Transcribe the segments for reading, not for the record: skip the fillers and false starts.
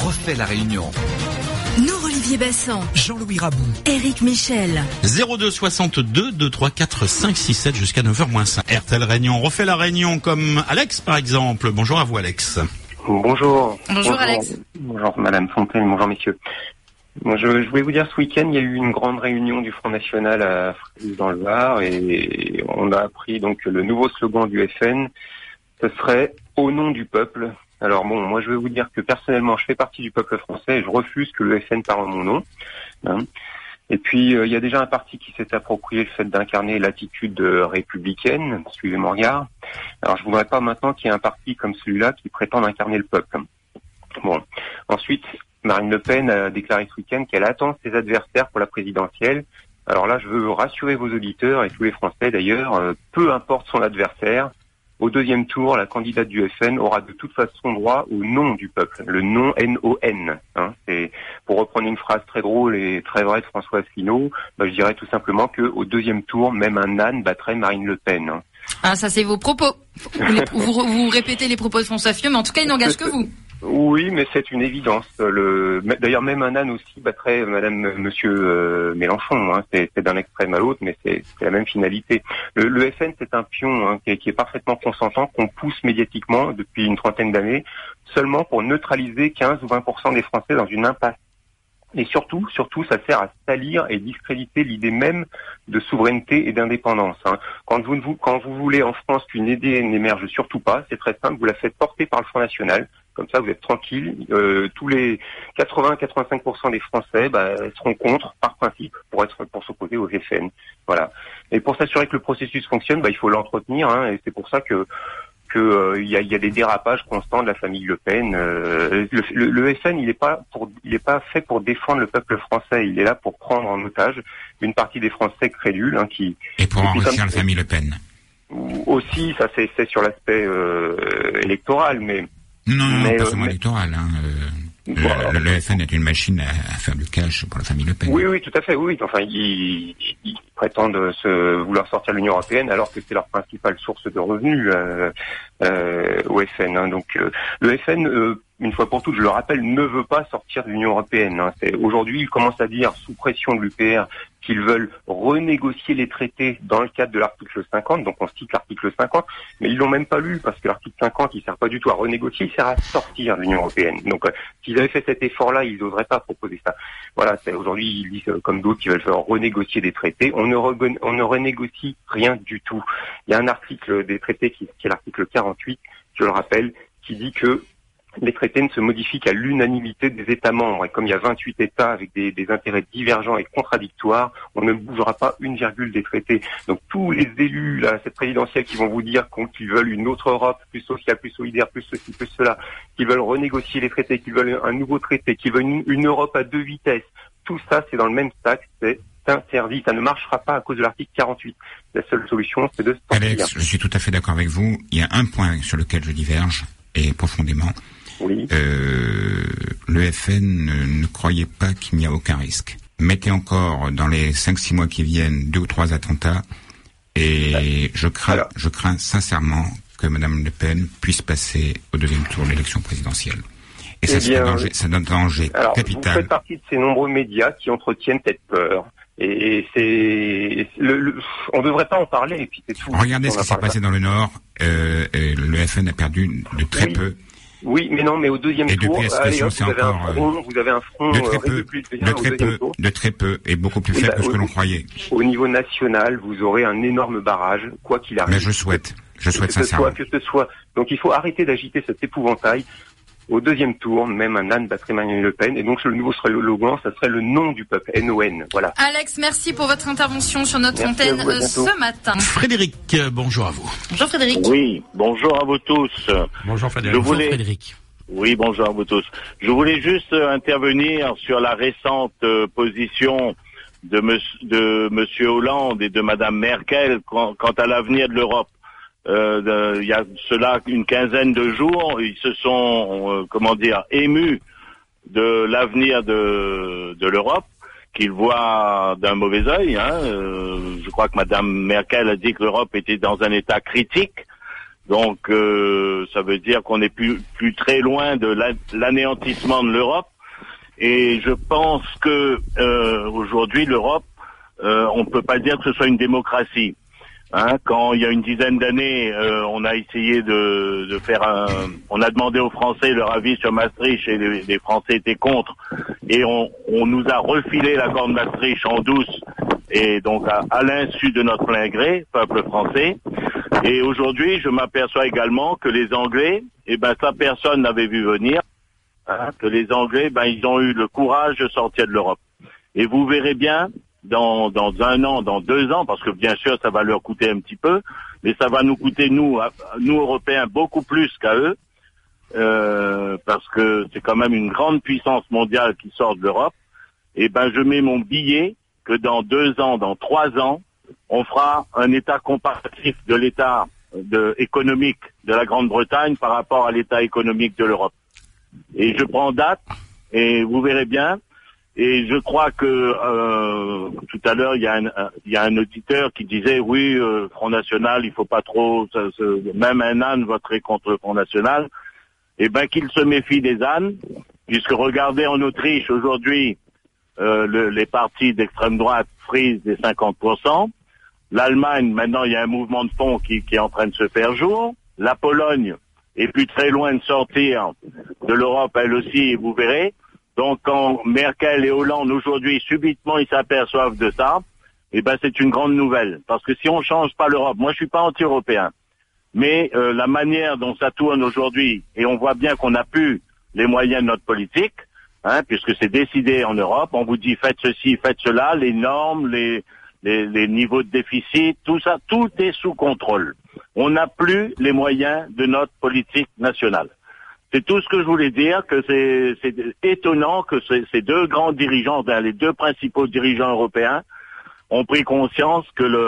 refait la Réunion. Olivier Bassan, Jean-Louis Rabou, Éric Michel. 02 62 234 567 jusqu'à 9h-5. RTL Réunion. On refait la Réunion comme Alex, par exemple. Bonjour à vous, Alex. Bonjour. Bonjour Alex. Bonjour Madame Fontaine, bonjour messieurs. Moi, je voulais vous dire, ce week-end, il y a eu une grande réunion du Front National à Fréjus dans le Var et on a appris donc que le nouveau slogan du FN, ce serait « Au nom du peuple ». Alors bon, moi je vais vous dire que personnellement, je fais partie du peuple français et je refuse que le FN parle en mon nom. Hein. Et puis, il y a déjà un parti qui s'est approprié le fait d'incarner l'attitude républicaine, suivez mon regard. Alors je voudrais pas maintenant qu'il y ait un parti comme celui-là qui prétende incarner le peuple. Bon, ensuite, Marine Le Pen a déclaré ce week-end qu'elle attend ses adversaires pour la présidentielle. Alors là, je veux rassurer vos auditeurs et tous les Français d'ailleurs, peu importe son adversaire, au deuxième tour, la candidate du FN aura de toute façon droit au nom du peuple, le nom N-O-N. Hein. C'est, pour reprendre une phrase très drôle et très vraie de François Asselineau, je dirais tout simplement qu'au deuxième tour, même un âne battrait Marine Le Pen. Hein. Ah, ça c'est vos propos. Vous répétez les propos de François Asselineau, mais en tout cas, il n'engage que vous. Oui, mais c'est une évidence. D'ailleurs, même un âne aussi battrait Monsieur Mélenchon. Hein. C'est d'un extrême à l'autre, mais c'est la même finalité. Le FN, c'est un pion hein, qui est parfaitement consentant, qu'on pousse médiatiquement depuis une trentaine d'années, seulement pour neutraliser 15 ou 20% des Français dans une impasse. Et surtout, ça sert à salir et discréditer l'idée même de souveraineté et d'indépendance. Hein. Quand vous voulez en France qu'une idée n'émerge surtout pas, c'est très simple, vous la faites porter par le Front National. Comme ça, vous êtes tranquille. Tous les 80-85% des Français seront contre, par principe, pour s'opposer au FN. Voilà. Et pour s'assurer que le processus fonctionne, il faut l'entretenir. Hein, et c'est pour ça que il y a des dérapages constants de la famille Le Pen. Le FN, il est pas fait pour défendre le peuple français. Il est là pour prendre en otage une partie des Français crédules, qui. Et pour enrichir la famille Le Pen. Aussi, ça c'est sur l'aspect électoral, mais. Non, pas seulement électoral. Le FN est une machine à faire du cash pour la famille Le Pen. Oui, tout à fait. Oui, enfin, ils prétendent vouloir sortir de l'Union européenne alors que c'est leur principale source de revenus au FN. Hein. Donc, le FN, une fois pour toutes, je le rappelle, ne veut pas sortir de l'Union européenne. Hein. Aujourd'hui, ils commencent à dire, sous pression de l'UPR, qu'ils veulent renégocier les traités dans le cadre de l'article 50, donc on cite l'article 50, mais ils l'ont même pas lu, parce que l'article 50, il sert pas du tout à renégocier, il sert à sortir de l'Union européenne. Donc, s'ils avaient fait cet effort-là, ils n'oseraient pas proposer ça. Voilà, aujourd'hui, ils disent, comme d'autres, qu'ils veulent faire renégocier des traités. On ne renégocie rien du tout. Il y a un article des traités qui est l'article 48, je le rappelle, qui dit que les traités ne se modifient qu'à l'unanimité des États membres. Et comme il y a 28 États avec des intérêts divergents et contradictoires, on ne bougera pas une virgule des traités. Donc tous les élus, là, cette présidentielle, qui vont vous dire qu'ils veulent une autre Europe, plus sociale, plus solidaire, plus ceci, plus cela, qu'ils veulent renégocier les traités, qu'ils veulent un nouveau traité, qu'ils veulent une Europe à 2 vitesses, tout ça, c'est dans le même sac, c'est interdit. Ça ne marchera pas à cause de l'article 48. La seule solution, c'est de sortir. Alex, je suis tout à fait d'accord avec vous. Il y a un point sur lequel je diverge, et profondément. Oui. Le FN ne croyait pas qu'il n'y a aucun risque. Mettez encore dans les 5-6 mois qui viennent 2 ou 3 attentats et je crains sincèrement que Madame Le Pen puisse passer au deuxième tour de l'élection présidentielle. Et ça, c'est un danger capital. Vous faites partie de ces nombreux médias qui entretiennent cette peur. Et on devrait pas en parler, et puis c'est tout. Regardez ce qui s'est passé dans le Nord. Le FN a perdu de très peu. Oui, mais non, mais au deuxième tour, vous avez un front de très peu et beaucoup plus faible que ce que l'on croyait. Au niveau national, vous aurez un énorme barrage, quoi qu'il arrive. Mais je souhaite sincèrement. Que ce soit. Donc il faut arrêter d'agiter cet épouvantail. Au deuxième tour, même un âne battrait Marine Le Pen. Et donc, le nouveau serait le slogan, ça serait le nom du peuple, N-O-N. Voilà. Alex, merci pour votre intervention sur notre antenne ce matin. Frédéric, bonjour à vous. Bonjour Frédéric. Oui, bonjour à vous tous. Bonjour Frédéric. Frédéric. Oui, bonjour à vous tous. Je voulais juste intervenir sur la récente position de Monsieur Hollande et de Madame Merkel quant à l'avenir de l'Europe. Il y a cela une quinzaine de jours, ils se sont, émus de l'avenir de l'Europe, qu'ils voient d'un mauvais œil. Je crois que Madame Merkel a dit que l'Europe était dans un état critique. Donc ça veut dire qu'on n'est plus très loin de l'anéantissement de l'Europe. Et je pense que aujourd'hui l'Europe, on ne peut pas dire que ce soit une démocratie. Quand il y a une dizaine d'années, on a essayé de faire on a demandé aux Français leur avis sur Maastricht et les Français étaient contre. Et on nous a refilé l'accord de Maastricht en douce et donc à l'insu de notre plein gré, peuple français. Et aujourd'hui, je m'aperçois également que les Anglais, ça personne n'avait vu venir, que les Anglais, ils ont eu le courage de sortir de l'Europe. Et vous verrez bien, dans 1 an, dans 2 ans, parce que bien sûr ça va leur coûter un petit peu, mais ça va nous coûter nous Européens beaucoup plus qu'à eux, parce que c'est quand même une grande puissance mondiale qui sort de l'Europe. Et je mets mon billet que dans 2 ans, dans 3 ans, on fera un état comparatif de l'état économique de la Grande-Bretagne par rapport à l'état économique de l'Europe. Et je prends date, et vous verrez bien. Et je crois que tout à l'heure il y a un auditeur qui disait oui, Front National, il faut pas trop, même un âne voterait contre le Front National. Et qu'il se méfie des ânes, puisque regardez en Autriche aujourd'hui, les partis d'extrême droite frisent des 50%. L'Allemagne, maintenant il y a un mouvement de fond qui est en train de se faire jour. La Pologne est plus très loin de sortir de l'Europe elle aussi, et vous verrez. Donc quand Merkel et Hollande aujourd'hui subitement ils s'aperçoivent de ça, c'est une grande nouvelle. Parce que si on change pas l'Europe, moi je suis pas anti-européen, mais la manière dont ça tourne aujourd'hui, et on voit bien qu'on n'a plus les moyens de notre politique, puisque c'est décidé en Europe, on vous dit faites ceci, faites cela, les normes, les niveaux de déficit, tout ça, tout est sous contrôle. On n'a plus les moyens de notre politique nationale. C'est tout ce que je voulais dire, que c'est étonnant que ces 2 grands dirigeants, les 2 principaux dirigeants européens, ont pris conscience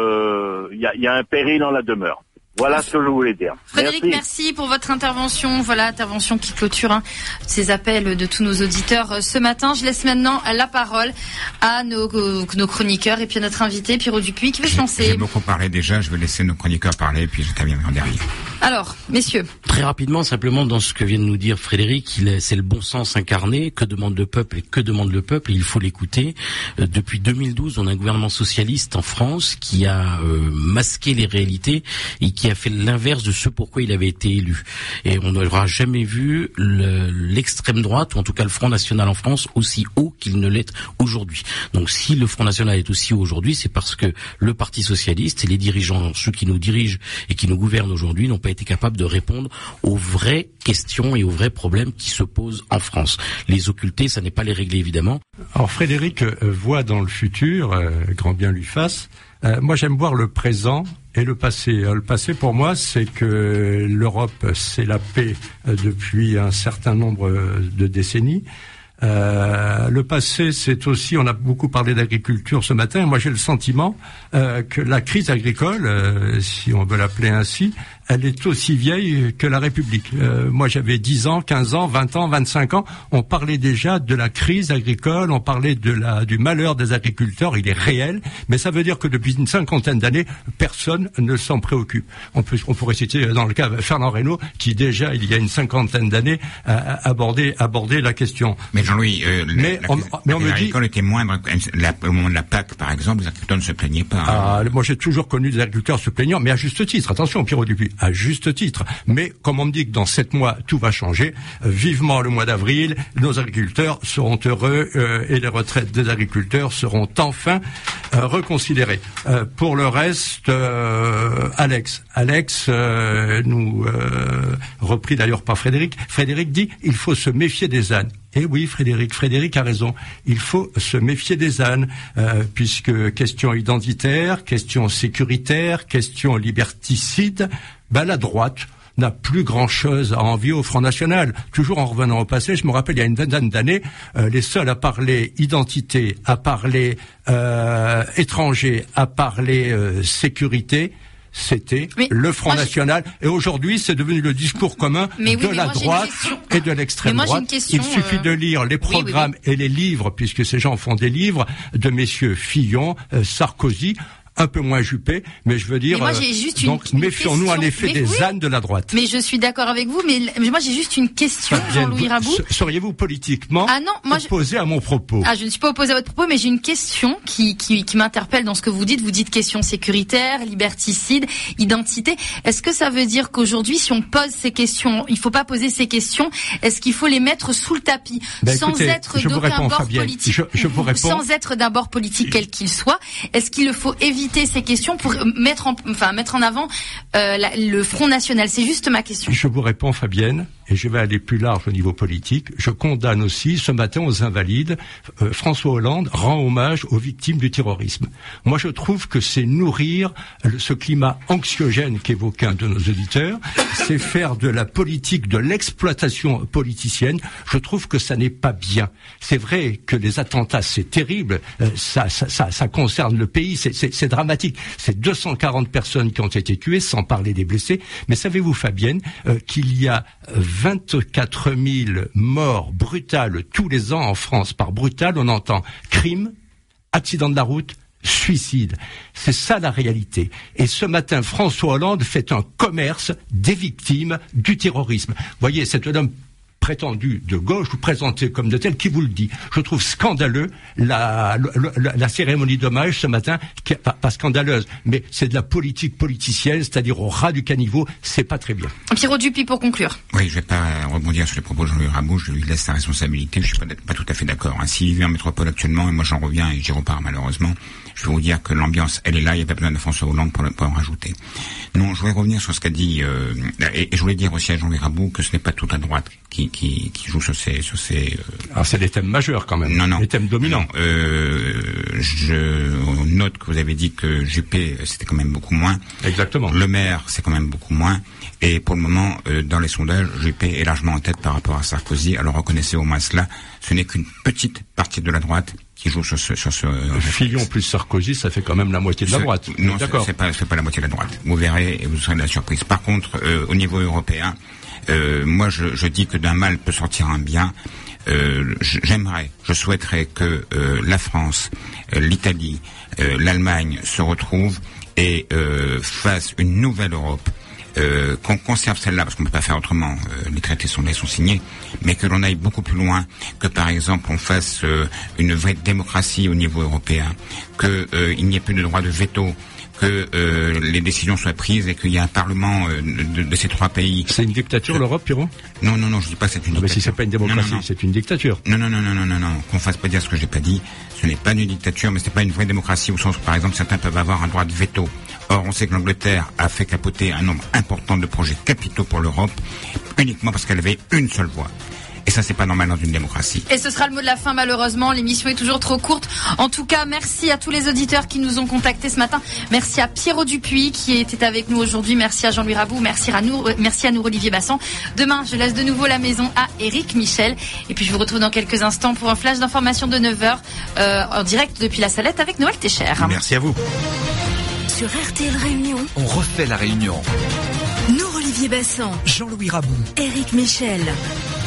que il y a un péril dans la demeure. Voilà ce que je voulais dire. Frédéric, merci pour votre intervention. Voilà, intervention qui clôture ces appels de tous nos auditeurs ce matin. Je laisse maintenant la parole à nos chroniqueurs et puis à notre invité, Pierrot Dupuis, qui veut se lancer. J'ai beaucoup parlé déjà, je vais laisser nos chroniqueurs parler, puis j'interviendrai en dernier. Alors, messieurs. Très rapidement, simplement, dans ce que vient de nous dire Frédéric, c'est le bon sens incarné. Que demande le peuple et que demande le peuple, et il faut l'écouter. Depuis 2012, on a un gouvernement socialiste en France qui a masqué les réalités et qui a fait l'inverse de ce pourquoi il avait été élu. Et on n'aura jamais vu l'extrême droite, ou en tout cas le Front National en France, aussi haut qu'il ne l'est aujourd'hui. Donc si le Front National est aussi haut aujourd'hui, c'est parce que le Parti Socialiste et les dirigeants, ceux qui nous dirigent et qui nous gouvernent aujourd'hui, n'ont pas été capables de répondre aux vraies questions et aux vrais problèmes qui se posent en France. Les occulter, ça n'est pas les régler évidemment. Alors Frédéric voit dans le futur, grand bien lui fasse. Moi j'aime voir le présent et le passé. Le passé pour moi c'est que l'Europe c'est la paix depuis un certain nombre de décennies. Le passé, c'est aussi, on a beaucoup parlé d'agriculture ce matin, moi j'ai le sentiment que la crise agricole, si on veut l'appeler ainsi, elle est aussi vieille que la République. Moi j'avais 10 ans, 15 ans, 20 ans, 25 ans, on parlait déjà de la crise agricole, on parlait du malheur des agriculteurs, il est réel, mais ça veut dire que depuis une 50aine d'années, personne ne s'en préoccupe. On pourrait citer dans le cas Fernand Reynaud, qui déjà, il y a une 50aine d'années, a abordé la question. Mais Jean-Louis, la crise agricole était moindre. Au moment de la PAC, par exemple, les agriculteurs ne se plaignaient pas. Moi, j'ai toujours connu des agriculteurs se plaignant, mais à juste titre. Attention, Pierrot Dupuis, à juste titre. Mais comme on me dit que dans 7 mois, tout va changer, vivement le mois d'avril, nos agriculteurs seront heureux et les retraites des agriculteurs seront enfin reconsidérées. Pour le reste, Alex, nous repris d'ailleurs par Frédéric. Frédéric dit il faut se méfier des ânes. Eh oui, Frédéric a raison. Il faut se méfier des ânes, puisque question identitaire, question sécuritaire, question liberticide, la droite n'a plus grand-chose à envier au Front National. Toujours en revenant au passé, je me rappelle, il y a une vingtaine d'années, les seuls à parler identité, à parler étranger, à parler sécurité, c'était le Front National. Et aujourd'hui, c'est devenu le discours commun de la droite et de l'extrême droite. Il suffit de lire les programmes et les livres, puisque ces gens font des livres, de messieurs Fillon, Sarkozy. un peu moins Juppé, mais je veux dire, moi, j'ai juste donc méfions-nous en effet des ânes de la droite. Mais je suis d'accord avec vous, mais moi j'ai juste une question, Jean-Louis Raboud. Seriez-vous politiquement opposé à mon propos? Je ne suis pas opposé à votre propos, mais j'ai une question qui m'interpelle dans ce que vous dites. Vous dites question sécuritaire, liberticide, identité. Est-ce que ça veut dire qu'aujourd'hui, si on pose ces questions, il faut pas poser ces questions, est-ce qu'il faut les mettre sous le tapis, sans être d'aucun bord politique, sans être d'un bord politique quel qu'il soit? Est-ce qu'il faut éviter ces questions pour mettre en avant le Front National? C'est juste ma question. Je vous réponds, Fabienne, et je vais aller plus large au niveau politique. Je condamne aussi ce matin aux Invalides. François Hollande rend hommage aux victimes du terrorisme. Moi, je trouve que c'est nourrir ce climat anxiogène qu'évoquait un de nos auditeurs. C'est faire de la politique, de l'exploitation politicienne. Je trouve que ça n'est pas bien. C'est vrai que les attentats, c'est terrible. Ça concerne le pays. C'est dramatique. C'est 240 personnes qui ont été tuées, sans parler des blessés. Mais savez-vous, Fabienne, qu'il y a 24 000 morts brutales tous les ans en France. Par brutal, on entend crime, accident de la route, suicide. C'est ça la réalité. Et ce matin, François Hollande fait un commerce des victimes du terrorisme. Vous voyez, c'est un homme prétendu de gauche ou présenté comme de tel qui vous le dit. Je trouve scandaleux la cérémonie d'hommage ce matin, qui est pas scandaleuse, mais c'est de la politique politicienne, c'est-à-dire au ras du caniveau. C'est pas très bien. Pierrot Dupuis pour conclure. Oui, je vais pas rebondir sur les propos de Jean-Louis Raboud, je lui laisse sa responsabilité. Je suis pas tout à fait d'accord. S'il vit en métropole actuellement, et moi j'en reviens et j'y repars malheureusement, je vais vous dire que l'ambiance, elle est là, il n'y a pas besoin de François Hollande pour en rajouter. Non, je voulais revenir sur ce qu'a dit, et je voulais dire aussi à Jean-Louis Raboud que ce n'est pas toute la droite qui joue sur ces. Alors c'est des thèmes majeurs quand même. Non. Les thèmes dominants. Non, je note que vous avez dit que Juppé c'était quand même beaucoup moins. Exactement. Le Maire c'est quand même beaucoup moins. Et pour le moment, dans les sondages, Juppé est largement en tête par rapport à Sarkozy. Alors reconnaissez au moins cela. Ce n'est qu'une petite partie de la droite qui joue sur ce Fillon plus Sarkozy, ça fait quand même la moitié de la droite. Non, d'accord. C'est pas la moitié de la droite. Vous verrez et vous serez de la surprise. Par contre, au niveau européen, moi je dis que d'un mal peut sortir un bien. Je souhaiterais que la France, l'Italie, l'Allemagne se retrouvent et fassent une nouvelle Europe. Qu'on conserve celle-là, parce qu'on ne peut pas faire autrement, les traités sont signés, mais que l'on aille beaucoup plus loin, que par exemple on fasse une vraie démocratie au niveau européen, qu'il n'y ait plus de droit de veto, que les décisions soient prises et qu'il y ait un parlement de ces trois pays. C'est une dictature l'Europe, Pierrot? Non, je dis pas que c'est une dictature. Mais si c'est pas une démocratie, c'est une dictature. Non, qu'on fasse pas dire ce que j'ai pas dit. Ce n'est pas une dictature, mais c'est pas une vraie démocratie au sens où, par exemple, certains peuvent avoir un droit de veto. Or, on sait que l'Angleterre a fait capoter un nombre important de projets capitaux pour l'Europe, uniquement parce qu'elle avait une seule voix. Et ça, c'est pas normal dans une démocratie. Et ce sera le mot de la fin, malheureusement. L'émission est toujours trop courte. En tout cas, merci à tous les auditeurs qui nous ont contactés ce matin. Merci à Pierrot Dupuis qui était avec nous aujourd'hui. Merci à Jean-Louis Raboud. Merci à nous, Olivier Bassan. Demain, je laisse de nouveau la maison à Éric Michel. Et puis, je vous retrouve dans quelques instants pour un flash d'information de 9h en direct depuis la Salette avec Noël Técher. Merci à vous. Sur RTL Réunion, on refait la réunion. Olivier Bassan, Jean-Louis Raboud, Éric Michel.